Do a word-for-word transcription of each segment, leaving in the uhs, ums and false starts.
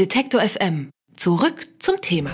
Detektor F M. Zurück zum Thema.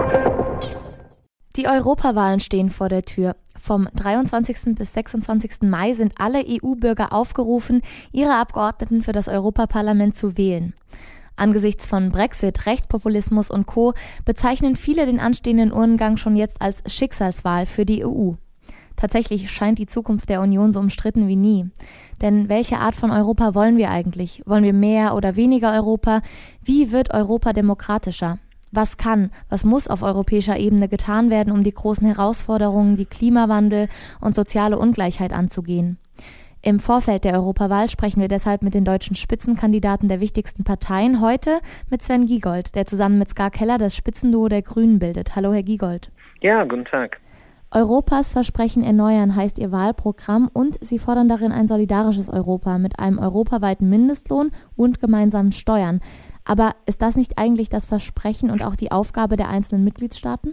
Die Europawahlen stehen vor der Tür. Vom dreiundzwanzigsten bis sechsundzwanzigsten Mai sind alle E U-Bürger aufgerufen, ihre Abgeordneten für das Europaparlament zu wählen. Angesichts von Brexit, Rechtspopulismus und Co. bezeichnen viele den anstehenden Urnengang schon jetzt als Schicksalswahl für die E U. Tatsächlich scheint die Zukunft der Union so umstritten wie nie. Denn welche Art von Europa wollen wir eigentlich? Wollen wir mehr oder weniger Europa? Wie wird Europa demokratischer? Was kann, was muss auf europäischer Ebene getan werden, um die großen Herausforderungen wie Klimawandel und soziale Ungleichheit anzugehen? Im Vorfeld der Europawahl sprechen wir deshalb mit den deutschen Spitzenkandidaten der wichtigsten Parteien. Heute mit Sven Giegold, der zusammen mit Ska Keller das Spitzenduo der Grünen bildet. Hallo, Herr Giegold. Ja, guten Tag. Europas Versprechen erneuern heißt Ihr Wahlprogramm und Sie fordern darin ein solidarisches Europa mit einem europaweiten Mindestlohn und gemeinsamen Steuern. Aber ist das nicht eigentlich das Versprechen und auch die Aufgabe der einzelnen Mitgliedstaaten?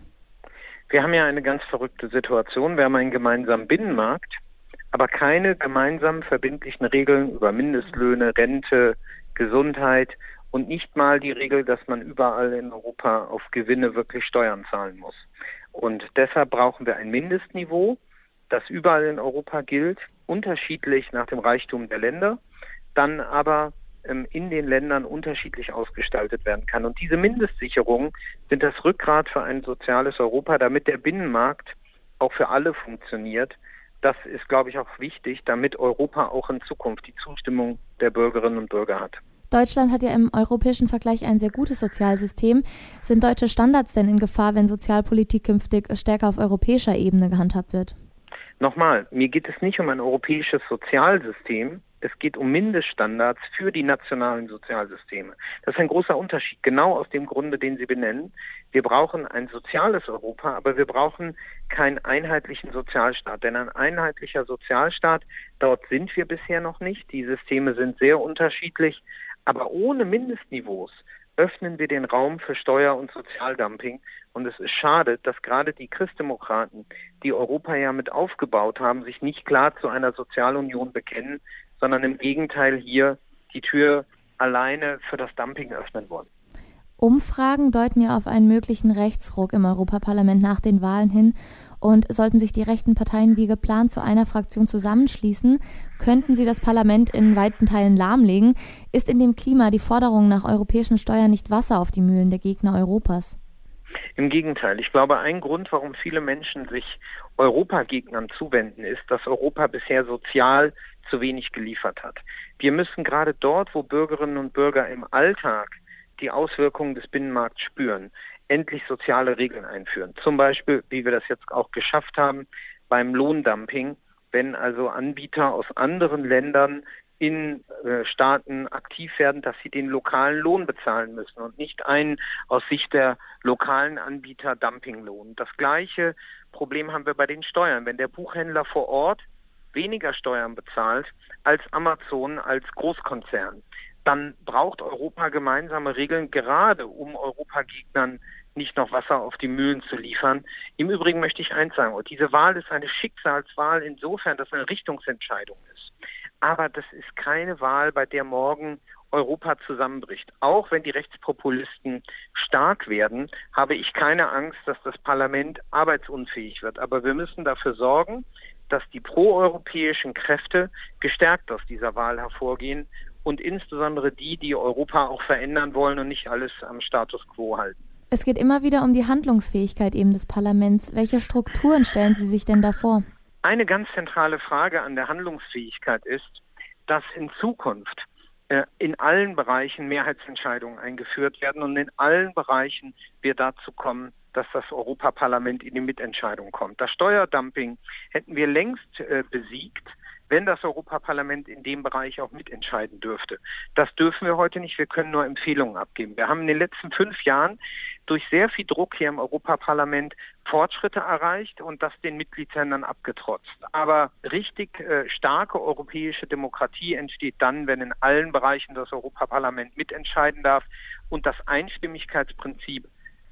Wir haben ja eine ganz verrückte Situation. Wir haben einen gemeinsamen Binnenmarkt, aber keine gemeinsamen verbindlichen Regeln über Mindestlöhne, Rente, Gesundheit und nicht mal die Regel, dass man überall in Europa auf Gewinne wirklich Steuern zahlen muss. Und deshalb brauchen wir ein Mindestniveau, das überall in Europa gilt, unterschiedlich nach dem Reichtum der Länder, dann aber ähm, in den Ländern unterschiedlich ausgestaltet werden kann. Und diese Mindestsicherungen sind das Rückgrat für ein soziales Europa, damit der Binnenmarkt auch für alle funktioniert. Das ist, glaube ich, auch wichtig, damit Europa auch in Zukunft die Zustimmung der Bürgerinnen und Bürger hat. Deutschland hat ja im europäischen Vergleich ein sehr gutes Sozialsystem. Sind deutsche Standards denn in Gefahr, wenn Sozialpolitik künftig stärker auf europäischer Ebene gehandhabt wird? Nochmal, mir geht es nicht um ein europäisches Sozialsystem. Es geht um Mindeststandards für die nationalen Sozialsysteme. Das ist ein großer Unterschied, genau aus dem Grunde, den Sie benennen. Wir brauchen ein soziales Europa, aber wir brauchen keinen einheitlichen Sozialstaat. Denn ein einheitlicher Sozialstaat, dort sind wir bisher noch nicht. Die Systeme sind sehr unterschiedlich. Aber ohne Mindestniveaus öffnen wir den Raum für Steuer- und Sozialdumping. Und es ist schade, dass gerade die Christdemokraten, die Europa ja mit aufgebaut haben, sich nicht klar zu einer Sozialunion bekennen, sondern im Gegenteil hier die Tür alleine für das Dumping öffnen wollen. Umfragen deuten ja auf einen möglichen Rechtsruck im Europaparlament nach den Wahlen hin. Und sollten sich die rechten Parteien wie geplant zu einer Fraktion zusammenschließen, könnten sie das Parlament in weiten Teilen lahmlegen. Ist in dem Klima die Forderung nach europäischen Steuern nicht Wasser auf die Mühlen der Gegner Europas? Im Gegenteil. Ich glaube, ein Grund, warum viele Menschen sich Europagegnern zuwenden, ist, dass Europa bisher sozial zu wenig geliefert hat. Wir müssen gerade dort, wo Bürgerinnen und Bürger im Alltag die Auswirkungen des Binnenmarkts spüren, endlich soziale Regeln einführen. Zum Beispiel, wie wir das jetzt auch geschafft haben, beim Lohndumping, wenn also Anbieter aus anderen Ländern in äh, Staaten aktiv werden, dass sie den lokalen Lohn bezahlen müssen und nicht einen aus Sicht der lokalen Anbieter Dumpinglohn. Das gleiche Problem haben wir bei den Steuern. Wenn der Buchhändler vor Ort weniger Steuern bezahlt als Amazon, als Großkonzern, dann braucht Europa gemeinsame Regeln, gerade um Europagegnern nicht noch Wasser auf die Mühlen zu liefern. Im Übrigen möchte ich eins sagen, diese Wahl ist eine Schicksalswahl insofern, dass eine Richtungsentscheidung ist. Aber das ist keine Wahl, bei der morgen Europa zusammenbricht. Auch wenn die Rechtspopulisten stark werden, habe ich keine Angst, dass das Parlament arbeitsunfähig wird. Aber wir müssen dafür sorgen, dass die proeuropäischen Kräfte gestärkt aus dieser Wahl hervorgehen und insbesondere die, die Europa auch verändern wollen und nicht alles am Status quo halten. Es geht immer wieder um die Handlungsfähigkeit eben des Parlaments. Welche Strukturen stellen Sie sich denn da vor? Eine ganz zentrale Frage an der Handlungsfähigkeit ist, dass in Zukunft äh, in allen Bereichen Mehrheitsentscheidungen eingeführt werden und in allen Bereichen wir dazu kommen, dass das Europaparlament in die Mitentscheidung kommt. Das Steuerdumping hätten wir längst äh, besiegt, wenn das Europaparlament in dem Bereich auch mitentscheiden dürfte. Das dürfen wir heute nicht, wir können nur Empfehlungen abgeben. Wir haben in den letzten fünf Jahren durch sehr viel Druck hier im Europaparlament Fortschritte erreicht und das den Mitgliedsländern abgetrotzt. Aber richtig äh, starke europäische Demokratie entsteht dann, wenn in allen Bereichen das Europaparlament mitentscheiden darf und das Einstimmigkeitsprinzip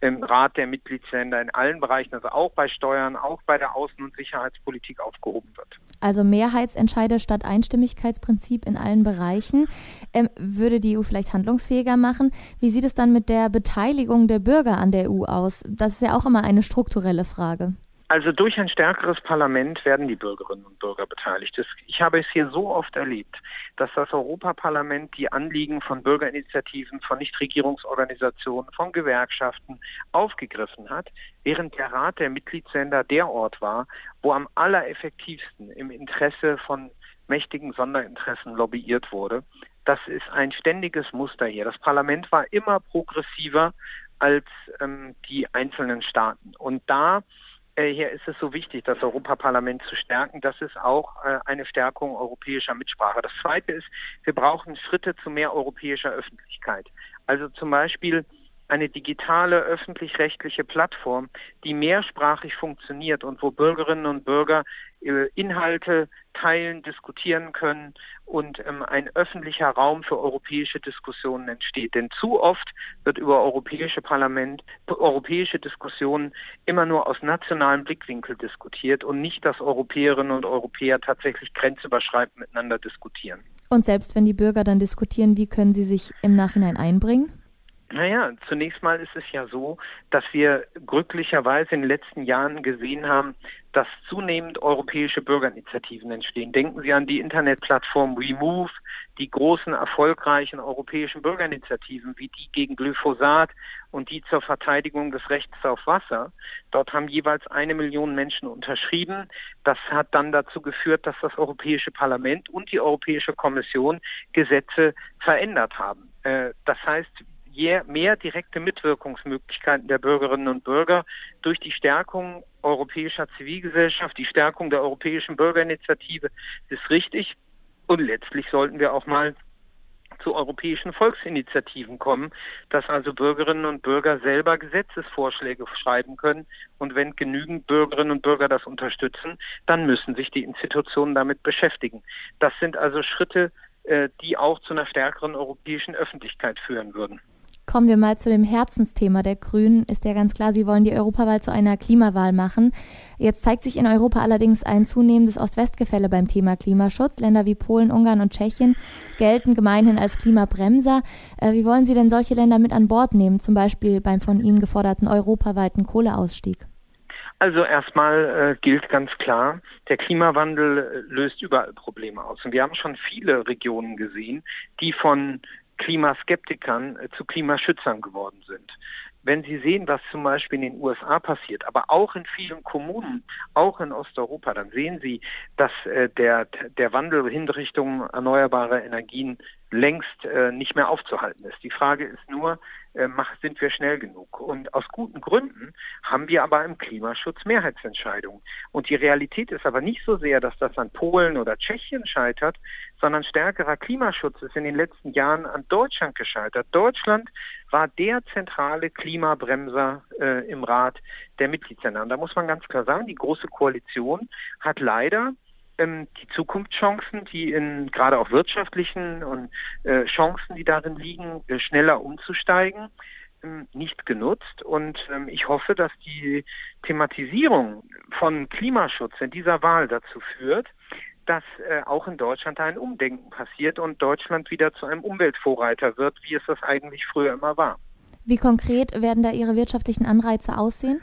im Rat der Mitgliedsländer in allen Bereichen, also auch bei Steuern, auch bei der Außen- und Sicherheitspolitik aufgehoben wird. Also Mehrheitsentscheide statt Einstimmigkeitsprinzip in allen Bereichen. Ähm, würde die E U vielleicht handlungsfähiger machen? Wie sieht es dann mit der Beteiligung der Bürger an der E U aus? Das ist ja auch immer eine strukturelle Frage. Also durch ein stärkeres Parlament werden die Bürgerinnen und Bürger beteiligt. Ich habe es hier so oft erlebt, dass das Europaparlament die Anliegen von Bürgerinitiativen, von Nichtregierungsorganisationen, von Gewerkschaften aufgegriffen hat, während der Rat der Mitgliedsländer der Ort war, wo am allereffektivsten im Interesse von mächtigen Sonderinteressen lobbyiert wurde. Das ist ein ständiges Muster hier. Das Parlament war immer progressiver als ähm, die einzelnen Staaten. Und da Hier ist es so wichtig, das Europaparlament zu stärken. Das ist auch eine Stärkung europäischer Mitsprache. Das Zweite ist, wir brauchen Schritte zu mehr europäischer Öffentlichkeit. Also zum Beispiel eine digitale öffentlich-rechtliche Plattform, die mehrsprachig funktioniert und wo Bürgerinnen und Bürger Inhalte teilen, diskutieren können und ähm, ein öffentlicher Raum für europäische Diskussionen entsteht. Denn zu oft wird über europäische Parlament, europäische Diskussionen immer nur aus nationalem Blickwinkel diskutiert und nicht, dass Europäerinnen und Europäer tatsächlich grenzüberschreitend miteinander diskutieren. Und selbst wenn die Bürger dann diskutieren, wie können sie sich im Nachhinein einbringen? Naja, zunächst mal ist es ja so, dass wir glücklicherweise in den letzten Jahren gesehen haben, dass zunehmend europäische Bürgerinitiativen entstehen. Denken Sie an die Internetplattform WeMove, die großen erfolgreichen europäischen Bürgerinitiativen wie die gegen Glyphosat und die zur Verteidigung des Rechts auf Wasser. Dort haben jeweils eine Million Menschen unterschrieben. Das hat dann dazu geführt, dass das Europäische Parlament und die Europäische Kommission Gesetze verändert haben. Das heißt, je mehr direkte Mitwirkungsmöglichkeiten der Bürgerinnen und Bürger durch die Stärkung europäischer Zivilgesellschaft, die Stärkung der Europäischen Bürgerinitiative ist richtig. Und letztlich sollten wir auch mal zu europäischen Volksinitiativen kommen, dass also Bürgerinnen und Bürger selber Gesetzesvorschläge schreiben können. Und wenn genügend Bürgerinnen und Bürger das unterstützen, dann müssen sich die Institutionen damit beschäftigen. Das sind also Schritte, die auch zu einer stärkeren europäischen Öffentlichkeit führen würden. Kommen wir mal zu dem Herzensthema der Grünen. Ist ja ganz klar, sie wollen die Europawahl zu einer Klimawahl machen. Jetzt zeigt sich in Europa allerdings ein zunehmendes Ost-West-Gefälle beim Thema Klimaschutz. Länder wie Polen, Ungarn und Tschechien gelten gemeinhin als Klimabremser. Äh, wie wollen Sie denn solche Länder mit an Bord nehmen, zum Beispiel beim von Ihnen geforderten europaweiten Kohleausstieg? Also erstmal äh, gilt ganz klar, der Klimawandel äh, löst überall Probleme aus. Und wir haben schon viele Regionen gesehen, die von Klimaskeptikern äh, zu Klimaschützern geworden sind. Wenn Sie sehen, was zum Beispiel in den U S A passiert, aber auch in vielen Kommunen, auch in Osteuropa, dann sehen Sie, dass äh, der, der Wandel hin Richtung erneuerbare Energien längst äh, nicht mehr aufzuhalten ist. Die Frage ist nur, äh, mach, sind wir schnell genug? Und aus guten Gründen haben wir aber im Klimaschutz Mehrheitsentscheidungen. Und die Realität ist aber nicht so sehr, dass das an Polen oder Tschechien scheitert, sondern stärkerer Klimaschutz ist in den letzten Jahren an Deutschland gescheitert. Deutschland war der zentrale Klimabremser äh, im Rat der Mitgliedsländer. Und da muss man ganz klar sagen, die Große Koalition hat leider ähm, die Zukunftschancen, die in gerade auch wirtschaftlichen und äh, Chancen, die darin liegen, äh, schneller umzusteigen, ähm, nicht genutzt. Und ähm, ich hoffe, dass die Thematisierung von Klimaschutz in dieser Wahl dazu führt, dass äh, auch in Deutschland ein Umdenken passiert und Deutschland wieder zu einem Umweltvorreiter wird, wie es das eigentlich früher immer war. Wie konkret werden da Ihre wirtschaftlichen Anreize aussehen?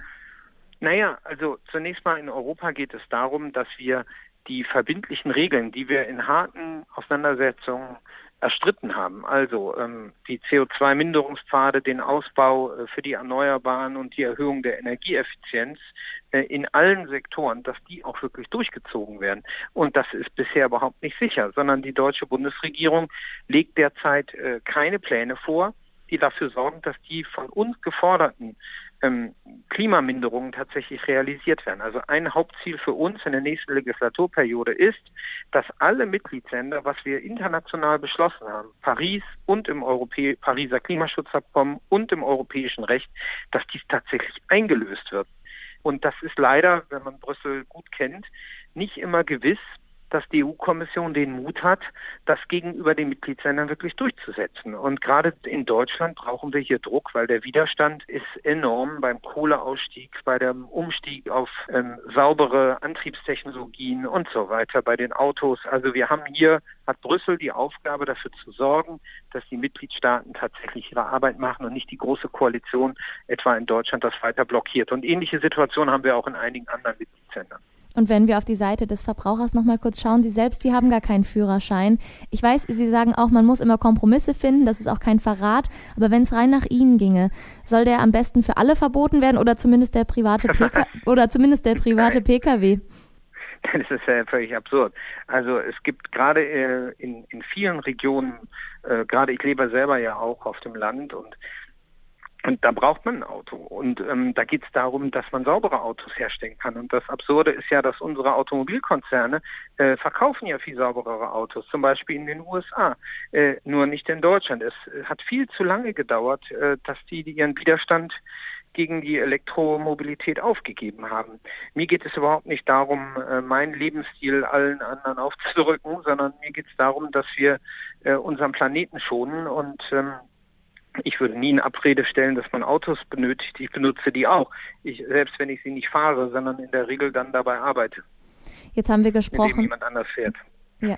Naja, also zunächst mal in Europa geht es darum, dass wir die verbindlichen Regeln, die wir in harten Auseinandersetzungen erstritten haben, also ähm, die C O zwei Minderungspfade, den Ausbau äh, für die Erneuerbaren und die Erhöhung der Energieeffizienz äh, in allen Sektoren, dass die auch wirklich durchgezogen werden. Und das ist bisher überhaupt nicht sicher, sondern die deutsche Bundesregierung legt derzeit äh, keine Pläne vor, die dafür sorgen, dass die von uns geforderten ähm, Klimaminderungen tatsächlich realisiert werden. Also ein Hauptziel für uns in der nächsten Legislaturperiode ist, dass alle Mitgliedsländer, was wir international beschlossen haben, Paris und im Europä- Pariser Klimaschutzabkommen und im europäischen Recht, dass dies tatsächlich eingelöst wird. Und das ist leider, wenn man Brüssel gut kennt, nicht immer gewiss, dass die E U-Kommission den Mut hat, das gegenüber den Mitgliedsländern wirklich durchzusetzen. Und gerade in Deutschland brauchen wir hier Druck, weil der Widerstand ist enorm beim Kohleausstieg, bei dem Umstieg auf ähm, saubere Antriebstechnologien und so weiter, bei den Autos. Also wir haben hier, hat Brüssel die Aufgabe dafür zu sorgen, dass die Mitgliedstaaten tatsächlich ihre Arbeit machen und nicht die große Koalition etwa in Deutschland das weiter blockiert. Und ähnliche Situationen haben wir auch in einigen anderen Mitgliedsländern. Und wenn wir auf die Seite des Verbrauchers noch mal kurz schauen, Sie selbst, Sie haben gar keinen Führerschein. Ich weiß, Sie sagen auch, man muss immer Kompromisse finden, das ist auch kein Verrat. Aber wenn es rein nach Ihnen ginge, soll der am besten für alle verboten werden oder zumindest der private P K oder zumindest der private P K W? Das ist ja völlig absurd. Also es gibt gerade äh, in, in vielen Regionen, äh, gerade ich lebe selber ja auch auf dem Land und Und da braucht man ein Auto. Und ähm, da geht es darum, dass man saubere Autos herstellen kann. Und das Absurde ist ja, dass unsere Automobilkonzerne äh, verkaufen ja viel sauberere Autos, zum Beispiel in den U S A, äh, nur nicht in Deutschland. Es äh, hat viel zu lange gedauert, äh, dass die, die ihren Widerstand gegen die Elektromobilität aufgegeben haben. Mir geht es überhaupt nicht darum, äh, meinen Lebensstil allen anderen aufzudrücken, sondern mir geht es darum, dass wir äh, unseren Planeten schonen und ähm, ich würde nie in Abrede stellen, dass man Autos benötigt. Ich benutze die auch. Ich, selbst wenn ich sie nicht fahre, sondern in der Regel dann dabei arbeite. Jetzt haben wir gesprochen. Mit dem jemand anders fährt. Ja.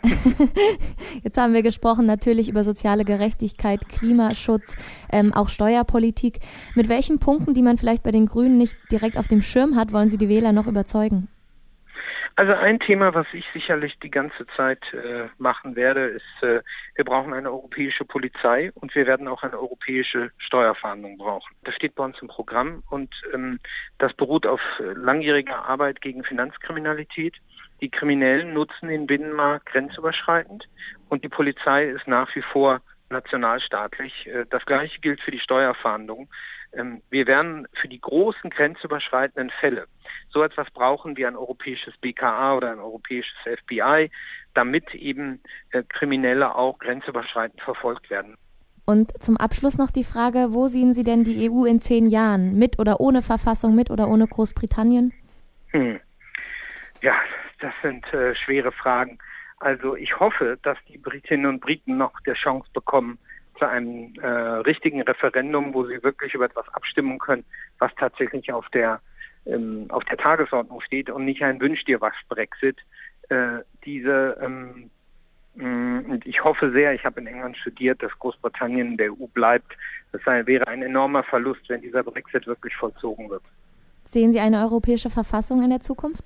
Jetzt haben wir gesprochen natürlich über soziale Gerechtigkeit, Klimaschutz, ähm, auch Steuerpolitik. Mit welchen Punkten, die man vielleicht bei den Grünen nicht direkt auf dem Schirm hat, wollen Sie die Wähler noch überzeugen? Also ein Thema, was ich sicherlich die ganze Zeit äh, machen werde, ist, äh, wir brauchen eine europäische Polizei und wir werden auch eine europäische Steuerfahndung brauchen. Das steht bei uns im Programm und ähm, das beruht auf äh, langjähriger Arbeit gegen Finanzkriminalität. Die Kriminellen nutzen den Binnenmarkt grenzüberschreitend und die Polizei ist nach wie vor nationalstaatlich. Äh, das Gleiche gilt für die Steuerfahndung. Ähm, wir werden für die großen grenzüberschreitenden Fälle so etwas brauchen wie ein europäisches B K A oder ein europäisches F B I, damit eben äh, Kriminelle auch grenzüberschreitend verfolgt werden. Und zum Abschluss noch die Frage, wo sehen Sie denn die E U in zehn Jahren? Mit oder ohne Verfassung, mit oder ohne Großbritannien? Hm. Ja, das sind äh, schwere Fragen. Also ich hoffe, dass die Britinnen und Briten noch die Chance bekommen, zu einem äh, richtigen Referendum, wo sie wirklich über etwas abstimmen können, was tatsächlich auf der ähm, auf der Tagesordnung steht und nicht ein Wünsch dir was Brexit. Äh, diese ähm, mh, und ich hoffe sehr, ich habe in England studiert, dass Großbritannien in der E U bleibt. Das sei, wäre ein enormer Verlust, wenn dieser Brexit wirklich vollzogen wird. Sehen Sie eine europäische Verfassung in der Zukunft?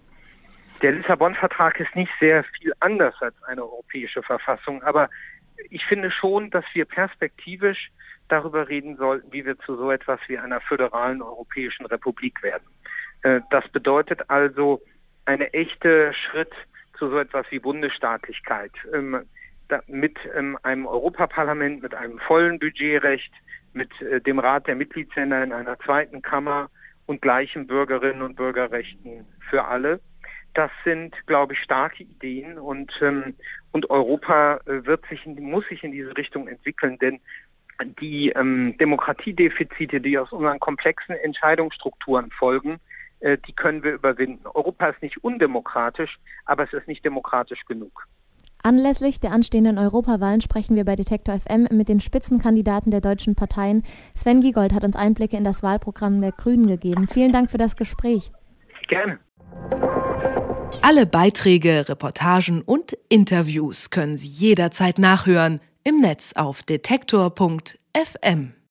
Der Lissabon-Vertrag ist nicht sehr viel anders als eine europäische Verfassung, aber ich finde schon, dass wir perspektivisch darüber reden sollten, wie wir zu so etwas wie einer föderalen europäischen Republik werden. Das bedeutet also einen echten Schritt zu so etwas wie Bundesstaatlichkeit. Mit einem Europaparlament, mit einem vollen Budgetrecht, mit dem Rat der Mitgliedsländer in einer zweiten Kammer und gleichen Bürgerinnen und Bürgerrechten für alle. Das sind, glaube ich, starke Ideen und, ähm, und Europa wird sich in, muss sich in diese Richtung entwickeln, denn die ähm, Demokratiedefizite, die aus unseren komplexen Entscheidungsstrukturen folgen, äh, die können wir überwinden. Europa ist nicht undemokratisch, aber es ist nicht demokratisch genug. Anlässlich der anstehenden Europawahlen sprechen wir bei Detektor F M mit den Spitzenkandidaten der deutschen Parteien. Sven Giegold hat uns Einblicke in das Wahlprogramm der Grünen gegeben. Vielen Dank für das Gespräch. Gerne. Alle Beiträge, Reportagen und Interviews können Sie jederzeit nachhören im Netz auf detektor punkt f m.